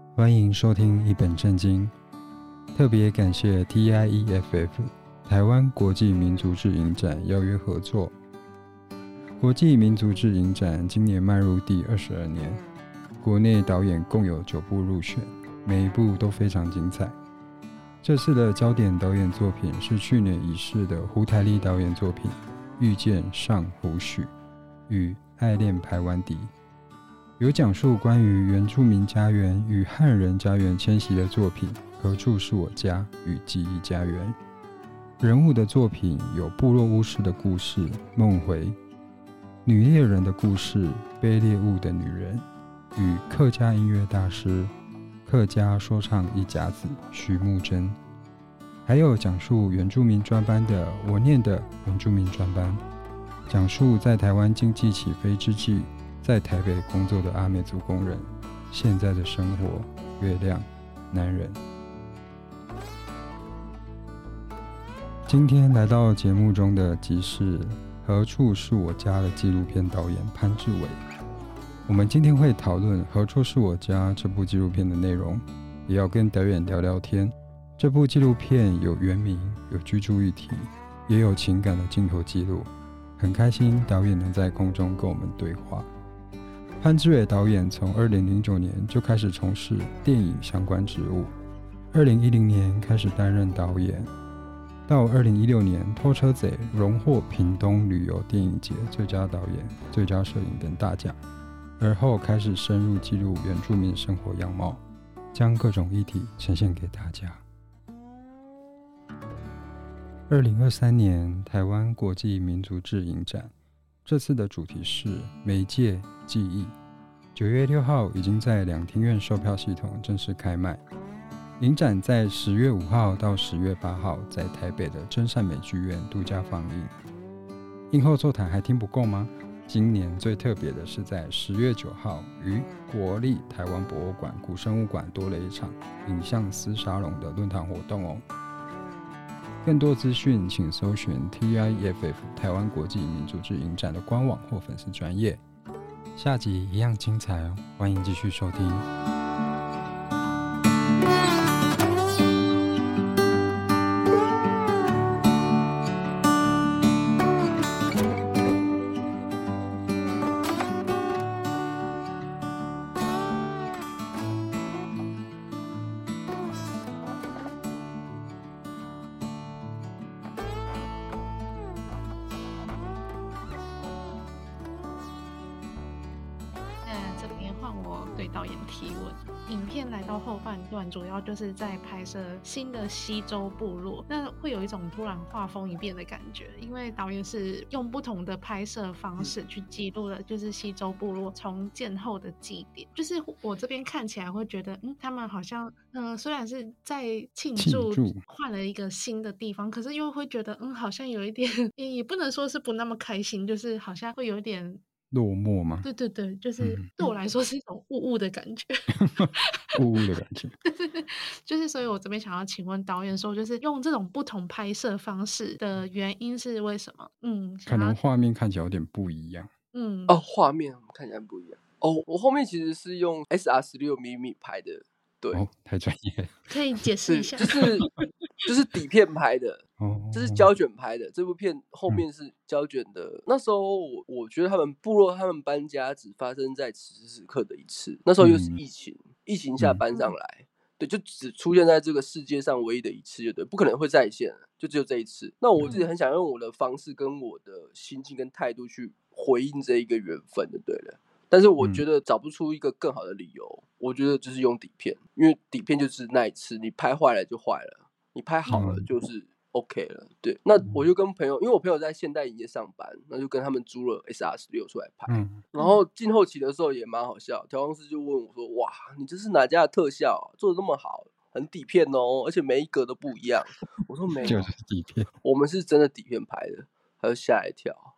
欢迎收听一本正经，特别感谢 TIEFF 台湾国际民族志影展邀约合作。国际民族志影展今年迈入第22年，国内导演共有9部入选，每一部都非常精彩。这次的焦点导演作品是去年已逝的胡台丽导演作品《遇见上胡许与爱恋排湾迪》，有讲述关于原住民家园与汉人家园迁徙的作品《何处是我家》与《记忆家园》。人物的作品有部落巫师的故事《梦回》，女猎人的故事《被猎物的女人》与客家音乐大师客家说唱一甲子徐木珍，还有讲述原住民专班的我念的原住民专班，讲述在台湾经济起飞之际在台北工作的阿美族工人现在的生活、月亮、男人。今天来到节目中的即是何处是我家的纪录片导演潘志伟。我们今天会讨论何处是我家这部纪录片的内容，也要跟导演聊聊天。这部纪录片有原名，有居住议题，也有情感的镜头记录，很开心导演能在空中跟我们对话。潘志伟导演从2009年就开始从事电影相关职务，2010年开始担任导演，到2016年《偷车贼》荣获屏东旅游电影节最佳导演、最佳摄影等大奖，而后开始深入记录原住民生活样貌，将各种议题呈现给大家。2023年台湾国际民族志影展，这次的主题是媒介记忆。9月6号已经在两厅院售票系统正式开卖。影展在10月5号到10月8号在台北的真善美剧院独家放映。映后座谈还听不够吗？今年最特别的是在10月9号于国立台湾博物馆古生物馆多了一场影像丝沙龙的论坛活动哦。更多资讯请搜寻 TIEFF 台湾国际民族志影展的官网或粉丝专页。下集一样精彩哦，欢迎继续收听。 对导演提问。影片来到后半段，主要就是在拍摄新的西周部落，那会有一种突然画风一变的感觉，因为导演是用不同的拍摄方式去记录了，就是西周部落重建后的祭典。就是我这边看起来会觉得，他们好像，虽然是在庆祝换了一个新的地方，可是又会觉得，好像有一点，也不能说是不那么开心，就是好像会有一点落寞吗？ 对对对，就是对我来说是一种雾雾的感觉雾雾的感觉就是所以我这边想要请问导演说，就是用这种不同拍摄方式的原因是为什么？ 可能画面看起来有点不一样。 画面看起来不一样我后面其实是用 SR16mm 拍的。对太专业了， 可以解释一下。 就是底片拍的这是胶卷拍的。这部片后面是胶卷的。那时候我觉得他们部落他们搬家只发生在此时此刻的一次，那时候又是疫情下搬上来，对，就只出现在这个世界上唯一的一次，就对，不可能会再现了，就只有这一次。那我自己很想用我的方式跟我的心情跟态度去回应这一个缘分，就对了。但是我觉得找不出一个更好的理由，我觉得就是用底片，因为底片就是那一次，你拍坏了就坏了，你拍好了就是 OK 了。对，那我就跟朋友，因为我朋友在现代影业上班，那就跟他们租了 SR16出来拍。然后进后期的时候也蛮好笑，调光师就问我说：“哇，你这是哪家的特效啊？做的那么好，很底片哦，而且每一格都不一样。”我说：“没有， 就是底片， 我们是真的底片拍的。”他就吓一跳。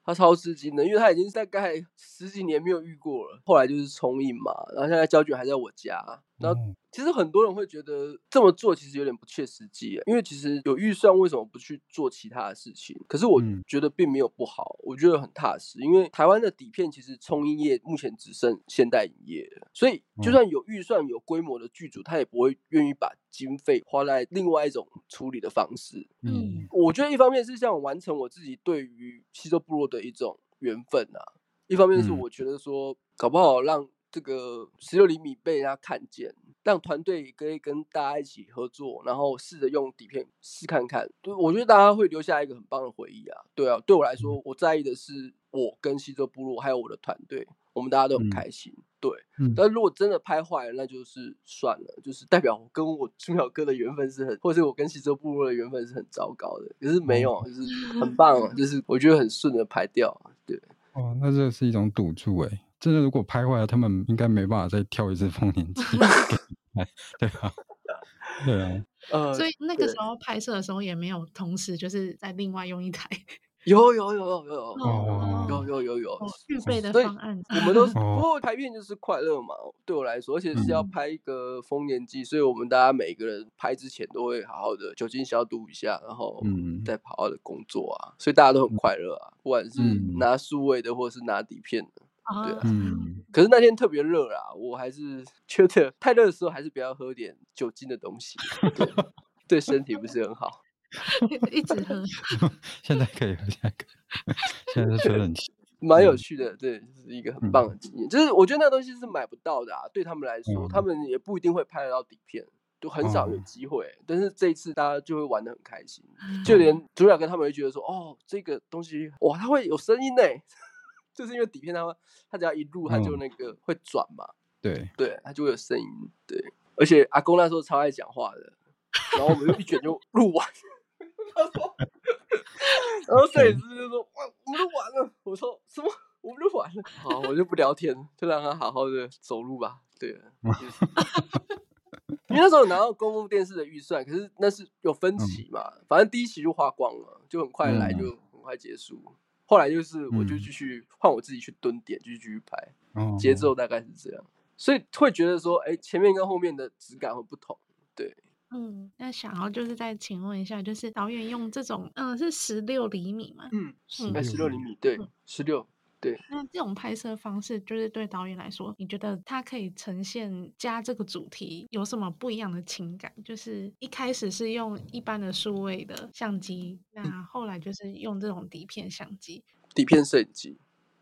他超吃惊的，因为他已经大概10几年没有遇过了。后来就是冲印嘛，然后现在胶卷还在我家。然后其实很多人会觉得这么做其实有点不切实际，因为其实有预算为什么不去做其他的事情？可是我觉得并没有不好，我觉得很踏实，因为台湾的底片其实冲印业目前只剩现代影业了，所以就算有预算有规模的剧组，他也不会愿意把经费花在另外一种处理的方式。我觉得一方面是想完成我自己对于西周部落的一种缘分啊，一方面是我觉得说搞不好让这个16厘米被人家看见，让团队可以跟大家一起合作，然后试着用底片试看看，我觉得大家会留下一个很棒的回忆啊。对啊，对我来说，我在意的是我跟西周部落还有我的团队，我们大家都很开心。对，但如果真的拍坏了，那就是算了，就是代表我跟我朱淼哥的缘分是很，或者是我跟西周部落的缘分是很糟糕的。可是没有，就是很棒，就是我觉得很顺的排掉。对， 哦，那这是一种赌注哎。真的，如果拍坏了，他们应该没办法再跳一次丰年祭，对吧？对啊。 所以那个时候拍摄的时候也没有同时就是再另外用一台。 有预备的方案。 我们都是，不过拍片就是快乐嘛，对我来说，而且是要拍一个丰年祭，所以我们大家每个人拍之前都会好好的酒精消毒一下，然后再好好的工作啊，所以大家都很快乐啊，不管是拿数位的或者是拿底片的。对啊，可是那天特别热啦，我还是觉得太热的时候还是不要喝点酒精的东西，对身体不是很好。 一直喝。 现在可以喝，现在是吹冷气， 蛮有趣的，对，是一个很棒的经验。就是我觉得那东西是买不到的啊，对他们来说，他们也不一定会拍得到底片，就很少有机会。但是这一次大家就会玩得很开心，就连主角跟他们会觉得说，哦，这个东西哇，它会有声音呢，就是因为底片它只要一录，它就那个会转嘛，对，它就会有声音，对。而且阿公那时候超爱讲话的，然后我们就一卷就录完。他说，然后摄影师就说：“哇，我们录完了。”我说：“什么？我们录完了？”好，我就不聊天，就让他好好的走路吧。对，因为那时候有拿到公共电视的预算，可是那是有分期嘛，反正第一期就花光了，就很快来，就很快结束。后来就是我就继续换我自己去蹲点，继续拍，节奏大概是这样，所以会觉得说，前面跟后面的质感会不同，对。 那想要就是再请问一下，就是导演用这种是16厘米吗 ？16厘米，对，16，对。 那这种拍摄方式，就是对导演来说，你觉得它可以呈现加这个主题有什么不一样的情感？就是一开始是用一般的数位的相机，那后来就是用这种底片相机、 底片摄影机。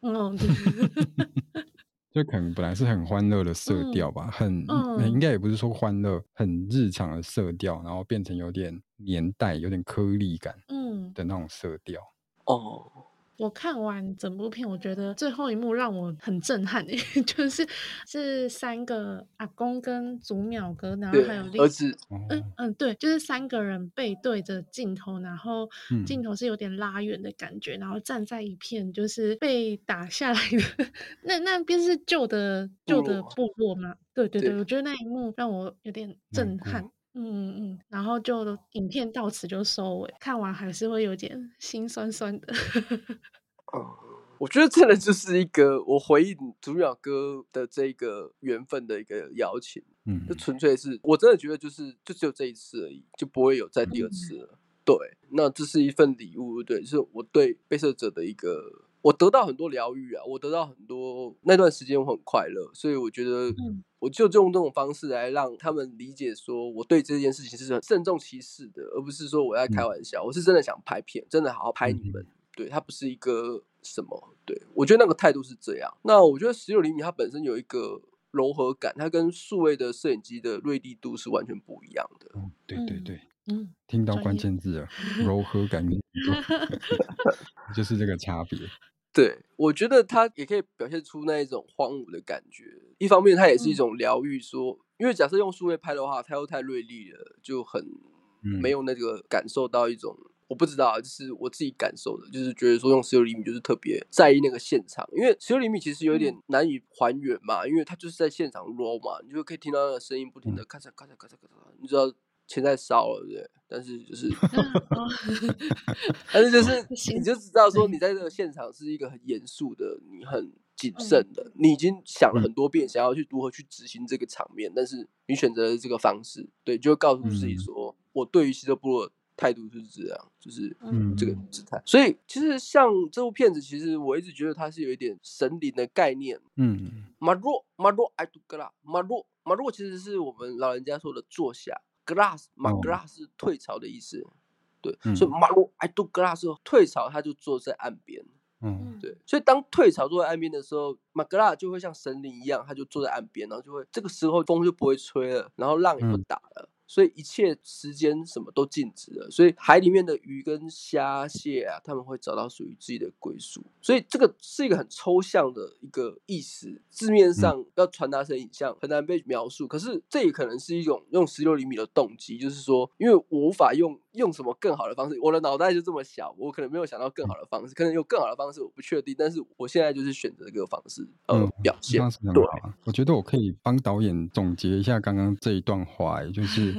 就可能本来是很欢乐的色调吧，应该也不是说欢乐，很日常的色调，然后变成有点年代、有点颗粒感的那种色调。 我看完整部片，我觉得最后一幕让我很震撼就是3个阿公跟祖淼哥，然后还有儿子， 对，就是3个人背对着镜头，然后镜头是有点拉远的感觉，然后站在一片就是被打下来的那边是旧的部落吗？对，我觉得那一幕让我有点震撼。然后就影片到此就收尾，看完还是会有点心酸酸的。 我觉得真的就是一个我回应祖淼哥的这个缘分的一个邀请，就纯粹是我真的觉得就只有这一次而已，就不会有再第二次了。对，那这是一份礼物，对，就是我对被摄者的一个，我得到很多疗愈啊，我得到很多，那段时间我很快乐，所以我觉得我就用这种方式来让他们理解说我对这件事情是很慎重其事的，而不是说我在开玩笑，我是真的想拍片，真的好好拍你们。对，它不是一个什么，对，我觉得那个态度是这样。那我觉得16厘米它本身有一个柔和感，它跟数位的摄影机的锐利度是完全不一样的。 对，听到关键字了，柔和感跟就是这个差别。 对，我觉得它也可以表现出那一种荒芜的感觉。一方面，它也是一种疗愈，说，因为假设用数位拍的话，它又太锐利了，就很没有那个感受到一种。我不知道，就是我自己感受的，就是觉得说用16厘米就是特别在意那个现场，因为16厘米其实有点难以还原嘛，因为它就是在现场 roll 嘛，你就可以听到那个声音不停的咔嚓咔嚓咔嚓咔嚓，你知道钱在烧了，对不对？但是就是但是就是你就知道说你在这个现场是一个很严肃的，你很谨慎的，你已经想了很多遍想要去如何去执行这个场面，但是你选择了这个方式，对，就会告诉自己说，我对于西周部落的态度就是这样，就是这个姿态。所以其实像这部片子，其实我一直觉得它是有一点神灵的概念。马若爱杜格拉，马若其实是我们老人家说的坐下。glass 马 glass 是退潮的意思，对，所以马若爱杜格拉是退潮，他就坐在岸边，对，所以当退潮坐在岸边的时候，马格拉就会像神灵一样，他就坐在岸边，然后就会这个时候风就不会吹了，然后浪也不打了。所以一切时间什么都静止了，所以海里面的鱼跟虾蟹啊，他们会找到属于自己的归属。所以这个是一个很抽象的一个意思，字面上要传达成影像很难被描述。可是这也可能是一种用16厘米的动机，就是说，因为我无法用什么更好的方式，我的脑袋就这么小，我可能没有想到更好的方式，可能有更好的方式，我不确定。但是我现在就是选择这个方式表现。 对，我觉得我可以帮导演总结一下刚刚这一段话，就是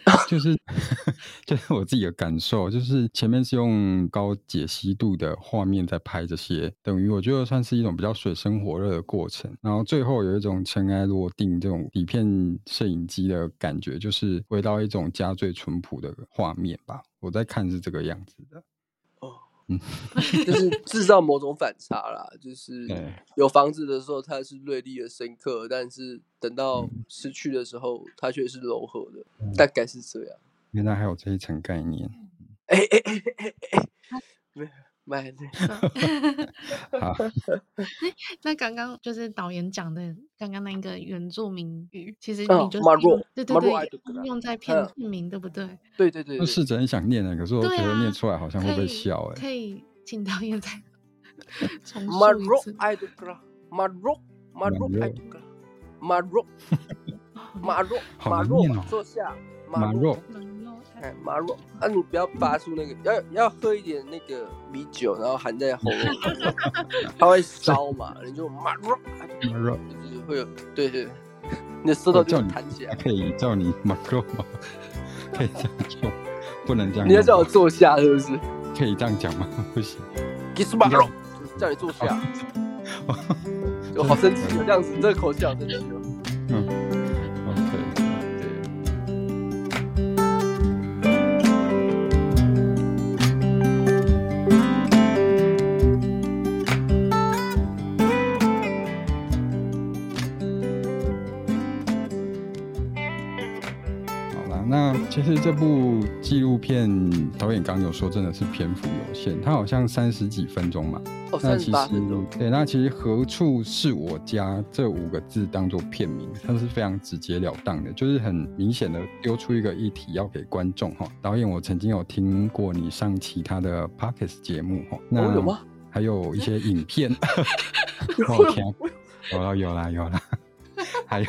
我自己的感受，就是前面是用高解析度的画面在拍这些，等于我觉得算是一种比较水深火热的过程，然后最后有一种尘埃落定这种底片摄影机的感觉，就是回到一种家最淳朴的画面吧，我在看是这个样子的。 就是制造某种反差啦，就是有房子的时候它是锐利的深刻，但是等到失去的时候它却是柔和的，大概是这样。 原来还有这一层概念。 没好。那刚刚就是导演讲的刚刚那个原住民语，其实你就是用在片名，对不对？ 对。 试着很想念的，可是我觉得念出来好像会被笑。 可以请导演再重述一次。 马若坐下，马若，你不要发出那个，要喝一点那个米酒，然后含在喉咙，它会烧嘛，你就马若，就是会有，对，你的舌头就弹起来。 可以叫你马若吗？可以这样说，不能这样。 你要叫我坐下是不是？ 可以这样讲吗？不行。 马若，叫你坐下。我好生气，这样子，这个口气好生气哦。 那其实这部纪录片导演刚有说真的是篇幅有限，它好像30几分钟嘛。 那其实对，那其实何处是我家这5个字当做片名，它是非常直截了当的，就是很明显的丢出一个议题要给观众。导演，我曾经有听过你上其他的 Podcast 节目，那有吗？ 还有一些影片有啦还有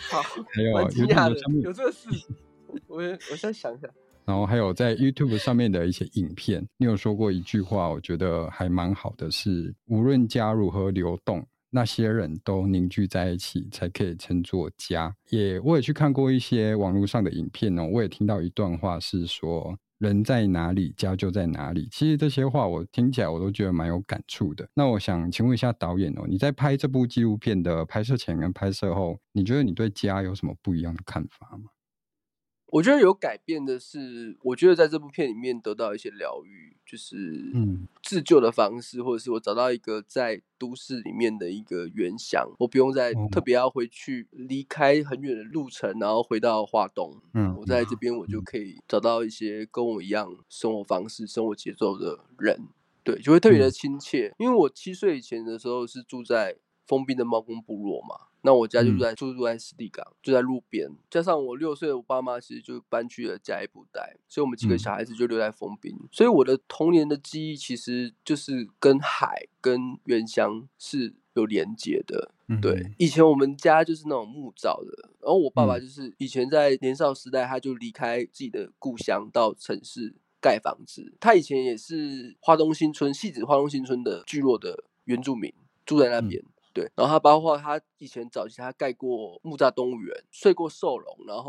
有这个事，我先想想。 然后还有在 YouTube 上面的一些影片，你有说过一句话，我觉得还蛮好的，是无论家如何流动，那些人都凝聚在一起才可以称作家。我也去看过一些网络上的影片我也听到一段话是说，人在哪里，家就在哪里。其实这些话我听起来我都觉得蛮有感触的。那我想请问一下导演你在拍这部纪录片的拍摄前跟拍摄后，你觉得你对家有什么不一样的看法吗？ 我觉得有改变的是，我觉得在这部片里面得到一些疗愈，就是自救的方式，或者是我找到一个在都市里面的一个原乡，我不用再特别要回去离开很远的路程，然后回到花东。我在这边我就可以找到一些跟我一样生活方式、生活节奏的人，对，就会特别的亲切。因为我7岁以前的时候是住在封闭的猫公部落嘛，那我家就住在湿地港，就在路边，加上我6岁，我爸妈其实就搬去了嘉义布袋，所以我们几个小孩子就留在封闭，所以我的童年的记忆其实就是跟海跟原乡是有连结的。对，以前我们家就是那种木造的，然后我爸爸就是以前在年少时代他就离开自己的故乡到城市盖房子，他以前也是花东新村汐止花东新村的聚落的原住民，住在那边。对，然后他包括他以前早期他盖过木栅动物园，睡过兽笼，然后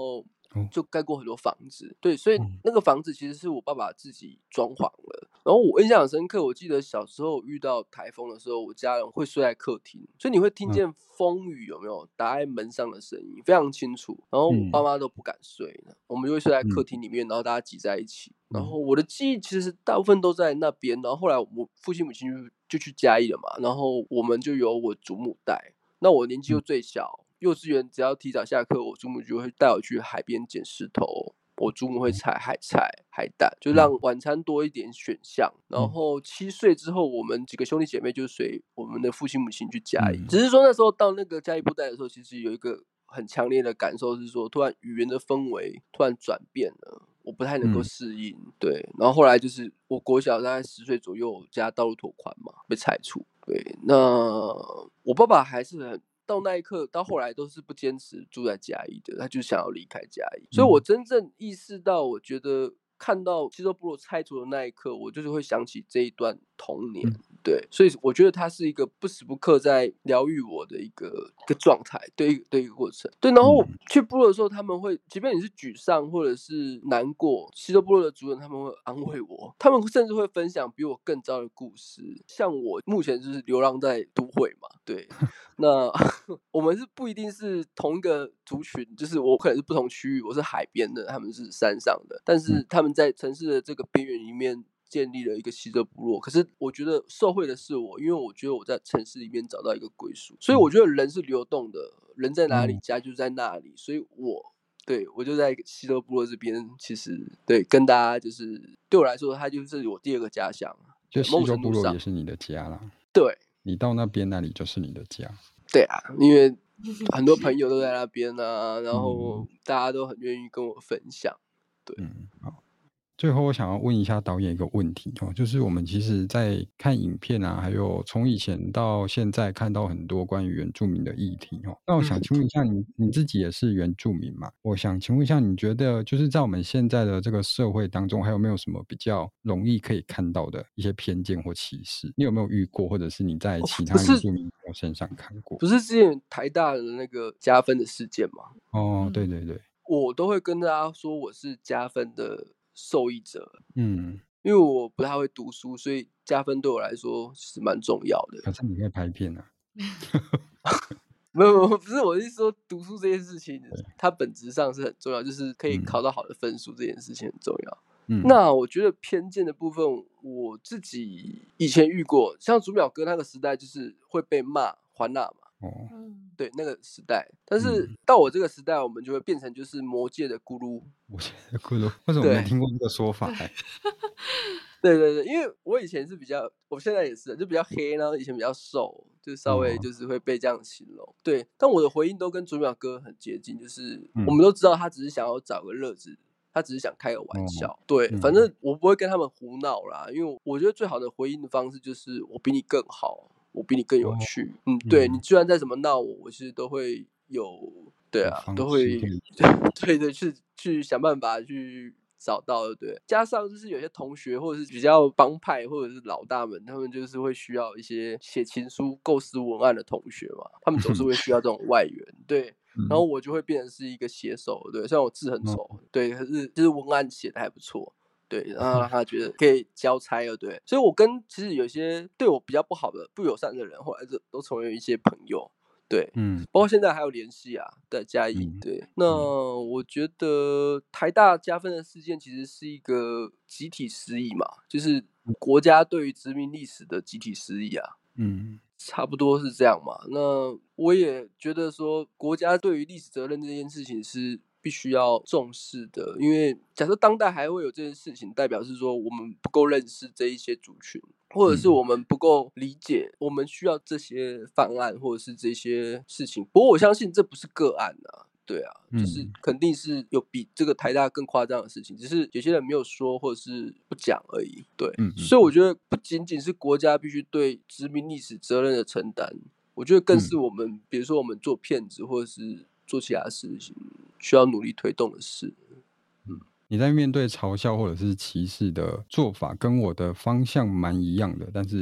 就盖过很多房子。对，所以那个房子其实是我爸爸自己装潢了。然后我印象很深刻，我记得小时候遇到台风的时候，我家人会睡在客厅，所以你会听见风雨有没有打在门上的声音，非常清楚。然后我爸妈都不敢睡，我们就会睡在客厅里面，然后大家挤在一起。然后我的记忆其实大部分都在那边。然后后来我父亲母亲就去嘉义了嘛，然后我们就由我祖母带。那我年纪又最小，幼稚园只要提早下课，我祖母就会带我去海边捡石头。我祖母会采海菜、海胆，就让晚餐多一点选项。然后7岁之后，我们几个兄弟姐妹就随我们的父亲母亲去嘉义。只是说那时候到那个嘉义布袋的时候，其实有一个很强烈的感受是说，突然语言的氛围突然转变了，我不太能够适应。对，然后后来就是我国小大概10岁左右，家道路拓宽嘛，被拆除。对，那我爸爸还是很。到那一刻，到后来都是不坚持住在嘉义的，他就想要离开嘉义。所以我真正意识到，我觉得看到西周部落拆除的那一刻，我就是会想起这一段童年。对，所以我觉得它是一个不时不刻在疗愈我的一个状态，对一个过程。对，然后去部落的时候，他们会，即便你是沮丧或者是难过，西周部落的族人他们会安慰我，他们甚至会分享比我更糟的故事。像我目前就是流浪在都会嘛，对，那我们是不一定是同一个族群，就是我可能是不同区域，我是海边的，他们是山上的，但是他们在城市的这个边缘里面建立了一个西周部落。可是我觉得受惠的是我，因为我觉得我在城市里面找到一个归属，所以我觉得人是流动的，人在哪里，家就在那里。所以我就在西周部落这边，其实对跟大家就是对我来说，它就是我第二个家乡。 就西周部落也是你的家啦。 对， 你到那边那里就是你的家。 对啊，因为很多朋友都在那边啊，然后大家都很愿意跟我分享。对， 好。最后我想要问一下导演一个问题，就是我们其实在看影片啊，还有从以前到现在看到很多关于原住民的议题。那我想请问一下你自己也是原住民嘛？我想请问一下，你觉得就是在我们现在的这个社会当中，还有没有什么比较容易可以看到的一些偏见或歧视？你有没有遇过，或者是你在其他原住民朋友身上看过？ 不是之前台大的那个加分的事件吗？ 对对对， 我都会跟大家说我是加分的受益者。 因为我不太会读书，所以加分对我来说是蛮重要的。 可是你会拍片啊？ 没有，不是，我是说读书这件事情，它本质上是很重要，就是可以考到好的分数这件事情很重要。那我觉得偏见的部分，我自己以前遇过，像祖淼哥那个时代，就是会被骂还纳嘛。对，那个时代。但是到我这个时代，我们就会变成就是魔界的咕噜。 魔界的咕噜，为什么没听过这个说法？ 对对对，因为我以前是比较，我现在也是，就比较黑，然后以前比较瘦，就稍微就是会被这样形容。对，但我的回应都跟祖淼哥很接近，就是我们都知道他只是想要找个乐子，他只是想开个玩笑。对，反正我不会跟他们胡闹啦，因为我觉得最好的回应的方式就是我比你更好，我比你更有趣。对，你居然再怎么闹我其实都会有，对啊，都会对去想办法去找到的。对，加上就是有些同学或者是比较帮派或者是老大们，他们就是会需要一些写情书构思文案的同学嘛，他们总是会需要这种外援。对，然后我就会变成是一个写手。对，虽然我字很丑，对，可是就是文案写的还不错。对，然后让他觉得可以交差了。对，所以我跟其实有些对我比较不好的不友善的人，后来都成为一些朋友。对，包括现在还有联系啊，在嘉义。对，那我觉得台大加分的事件其实是一个集体失忆嘛，就是国家对于殖民历史的集体失忆啊。差不多是这样嘛。那我也觉得说，国家对于历史责任这件事情是必须要重视的，因为假设当代还会有这件事情，代表是说我们不够认识这一些族群，或者是我们不够理解，我们需要这些方案或者是这些事情。不过我相信这不是个案啊。对啊，就是肯定是有比这个台大更夸张的事情，只是有些人没有说或者是不讲而已。对，所以我觉得不仅仅是国家必须对殖民历史责任的承担，我觉得更是我们，比如说我们做骗子或者是做其他事情需要努力推动的事。 你在面对嘲笑或者是歧视的做法跟我的方向蛮一样的，但是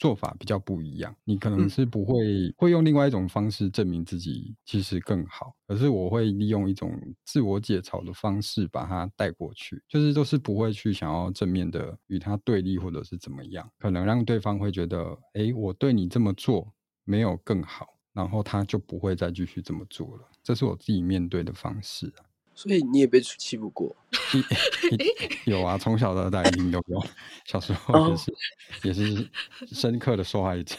做法比较不一样，你可能是不会用另外一种方式证明自己其实更好，可是我会利用一种自我解嘲的方式把它带过去，就是都是不会去想要正面的与他对立或者是怎么样，可能让对方会觉得我对你这么做没有更好，然后他就不会再继续这么做了，这是我自己面对的方式啊。 所以你也被欺负过？ 有啊，从小到大一定都有，小时候也是深刻的受害者。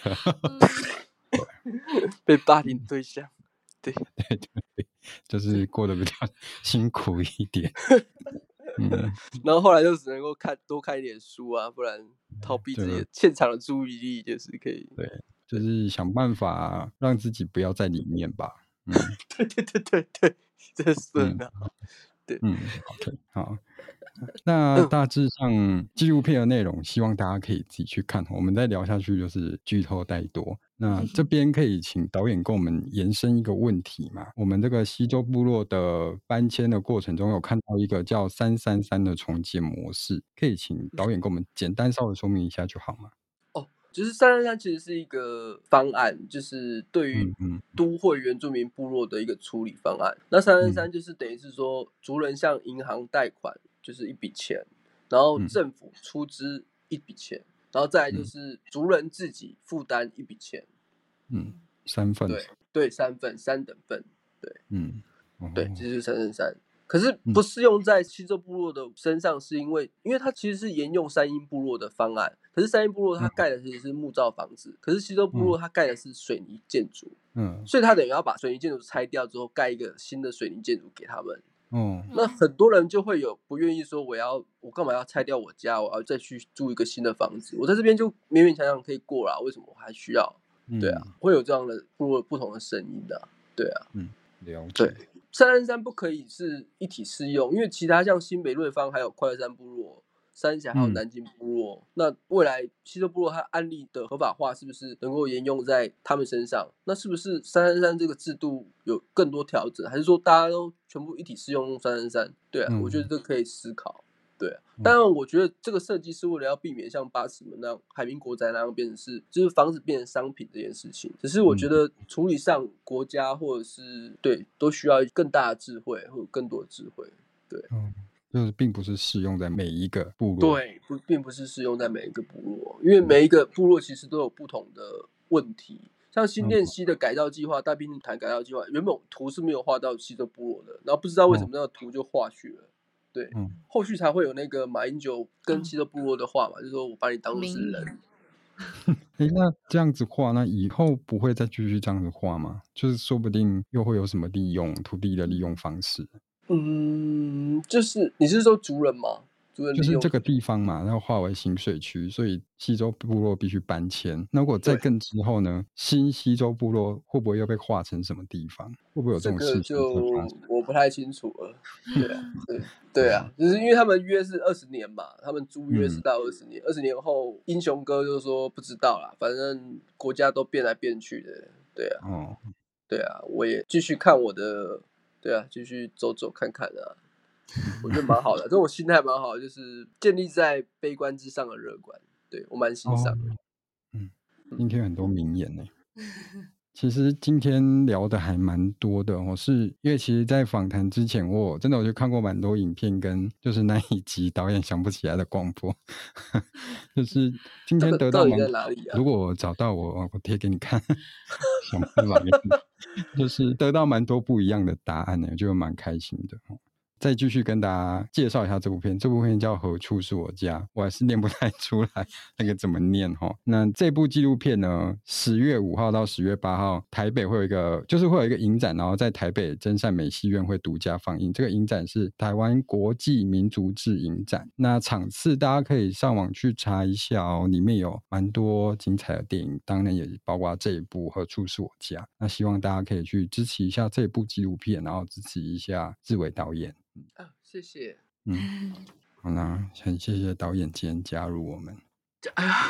被霸凌对象，对， 就是过得比较辛苦一点。 然后后来就只能够多看一点书啊，不然逃避自己的现场的注意力，就是可以。 对，就是想办法让自己不要在里面吧。 对，这是很好。对 ，OK， 好。那大致上纪录片的内容希望大家可以自己去看，我们再聊下去就是剧透太多。那这边可以请导演跟我们延伸一个问题嘛？我们这个西周部落的搬迁的过程中有看到一个叫333的重建模式，可以请导演跟我们简单稍微说明一下就好吗？ 就是333其实是一个方案，就是对于都会原住民部落的一个处理方案。那333就是等于是说族人向银行贷款就是一笔钱，然后政府出资一笔钱，然后再来就是族人自己负担一笔钱。 三份。 对，三等份。对，对，这就是333。可是不适用在西周部落的身上，是因为它其实是沿用山阴部落的方案，可是山阴部落它盖的其实是木造房子，可是西周部落它盖的是水泥建筑，所以它等于要把水泥建筑拆掉之后盖一个新的水泥建筑给他们。那很多人就会有不愿意说我干嘛要拆掉我家，我要再去租一个新的房子，我在这边就勉勉强强可以过啦，为什么我还需要？对啊，会有这样的部落不同的声音的。对啊， 了解。 对，333不可以是一体适用，因为其他像新北瑞芳还有快乐山部落、三峡还有南京部落，那未来西周部落它案例的合法化是不是能够沿用在他们身上？那是不是333这个制度有更多调整，还是说大家都全部一体适用333？对啊，我觉得这可以思考。对啊，当然我觉得这个设计是为了要避免像八尺门那样、海滨国宅那样变成是就是房子变成商品这件事情。只是我觉得处理上国家或者是对都需要更大的智慧或者更多的智慧。对， 就是并不是适用在每一个部落。 对，并不是适用在每一个部落，因为每一个部落其实都有不同的问题。像新店溪的改造计划、大滨潭改造计划，原本图是没有画到西周部落的，然后不知道为什么那个图就画去了。对，后续才会有那个马英九跟西周部落的话嘛，就是说我把你当作是人。 那这样子画，那以后不会再继续这样子画吗？就是说不定又会有什么利用土地的利用方式。 就是你是说族人吗？ 就是这个地方嘛，然后划为新水区，所以西周部落必须搬迁。那如果再更之后呢？新西周部落会不会又被划成什么地方？会不会有这种事情发生？ 我不太清楚了。对啊，就是因为他们约是20年嘛，他们租约是到20年，20年后英雄哥就说不知道啦，反正国家都变来变去的。对啊，对啊，我也继续看我的，对啊，继续走走看看啊。我觉得蛮好的，这种心态蛮好的，就是建立在悲观之上的乐观。对，我蛮欣赏的。 今天很多名言呢。其实今天聊的还蛮多的是因为其实在访谈之前我真的去看过蛮多影片跟就是那一集导演想不起来的广播就是今天得到在哪里啊？ 如果我找到我贴给你看想办法给你就是得到蛮多不一样的答案呢，我觉得蛮开心的。再继续跟大家介绍一下这部片叫何处是我家，我还是念不太出来那个怎么念那这部纪录片呢10月5号到10月8号台北会有一个影展，然后在台北真善美戏院会独家放映。这个影展是台湾国际民族志影展，那场次大家可以上网去查一下里面有蛮多精彩的电影，当然也包括这一部何处是我家。那希望大家可以去支持一下这部纪录片，然后支持一下志伟导演。 谢谢。 好啦，很谢谢导演今天加入我们。 哎呀，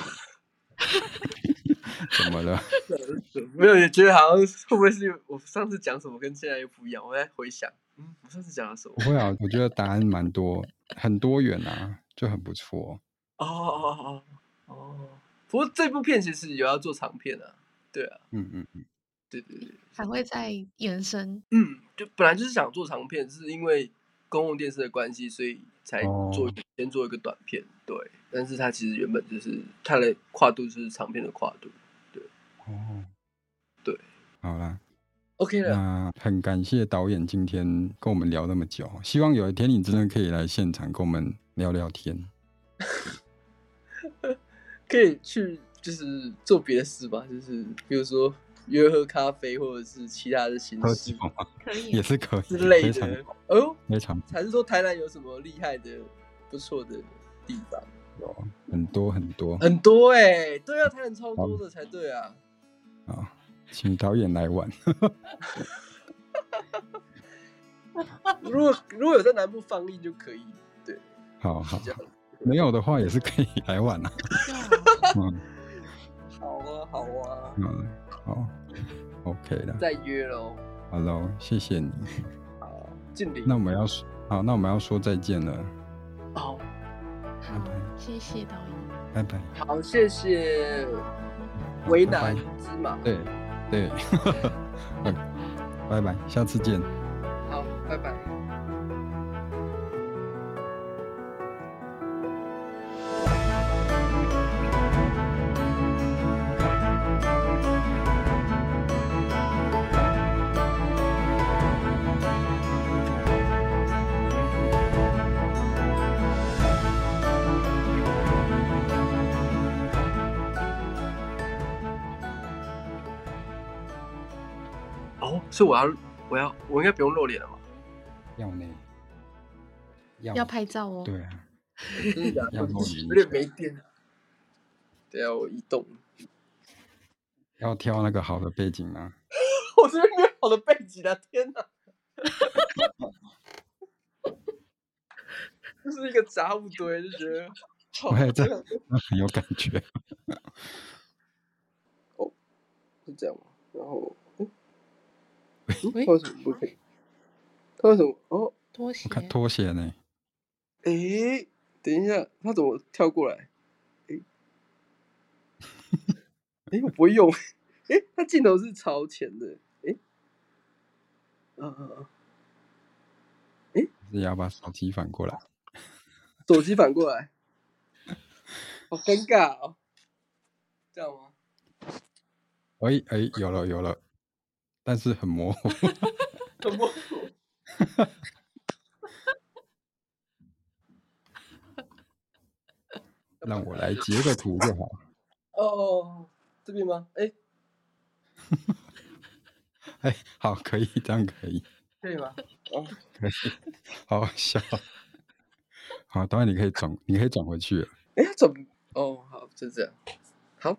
怎么了？ 没有，也觉得好像会不会是我上次讲什么跟现在又不一样？我在回想，我上次讲了什么？ 不会啊，我觉得答案蛮多，很多元啊，就很不错。 不过这部片其实有要做长片啊，对啊，对， 还会再延伸。 就本来就是想做长片，是因为公共电视的关系，所以才先做一个短片，对。但是它其实原本就是它的跨度就是长片的跨度，对。对， 好啦。 OK 了， 那很感谢导演今天跟我们聊那么久，希望有一天你真的可以来现场跟我们聊聊天。 可以去就是做别的事吧，就是比如说约喝咖啡或者是其他的形式， 可以也是可以之类的。 非常还是说台南有什么厉害的、不错的地方？ 有很多对啊，台南超多的才对啊。 好，请导演来玩。 如果有在南部放映就可以，对。 好，没有的话也是可以来玩啊。 好啊。 好 ，OK 了。 再约咯。 好喽，谢谢你。 好，敬礼。 那我们要说再见了。 好， 拜拜，谢谢导演。 拜拜。 好，谢谢。为难芝麻。 对。拜拜，下次见。 好，拜拜。所以我应该不用露脸了吗？ 要呢。 要拍照哦。 对啊。 真的假的？ 要露脸。 有点没电。等下我移动。 要挑那个好的背景吗？ 我这边没有好的背景啊！天哪！就是一个杂物堆，就觉得这很有感觉。 是这样吗？然后。他为什么不可以？他为什么？ 拖鞋。 我看拖鞋呢。 等一下，他怎么跳过来？我不会用。他镜头是朝前的。 是要把手机反过来。 手机反过来，好尴尬哦。这样吗？ 有了，但是很模糊。 很模糊。 让我来截个图就好。 这边吗？ 好，可以，这样可以。 可以吗？ 可以。好笑。好，当然你可以转回去了。 好，就这样。好。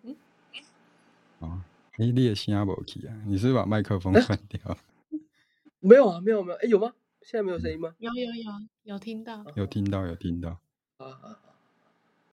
你的声没去啊？你是不是把麦克风关掉？ 没有啊，没有。有吗？现在没有声音吗？ 有听到。 有听到。 好。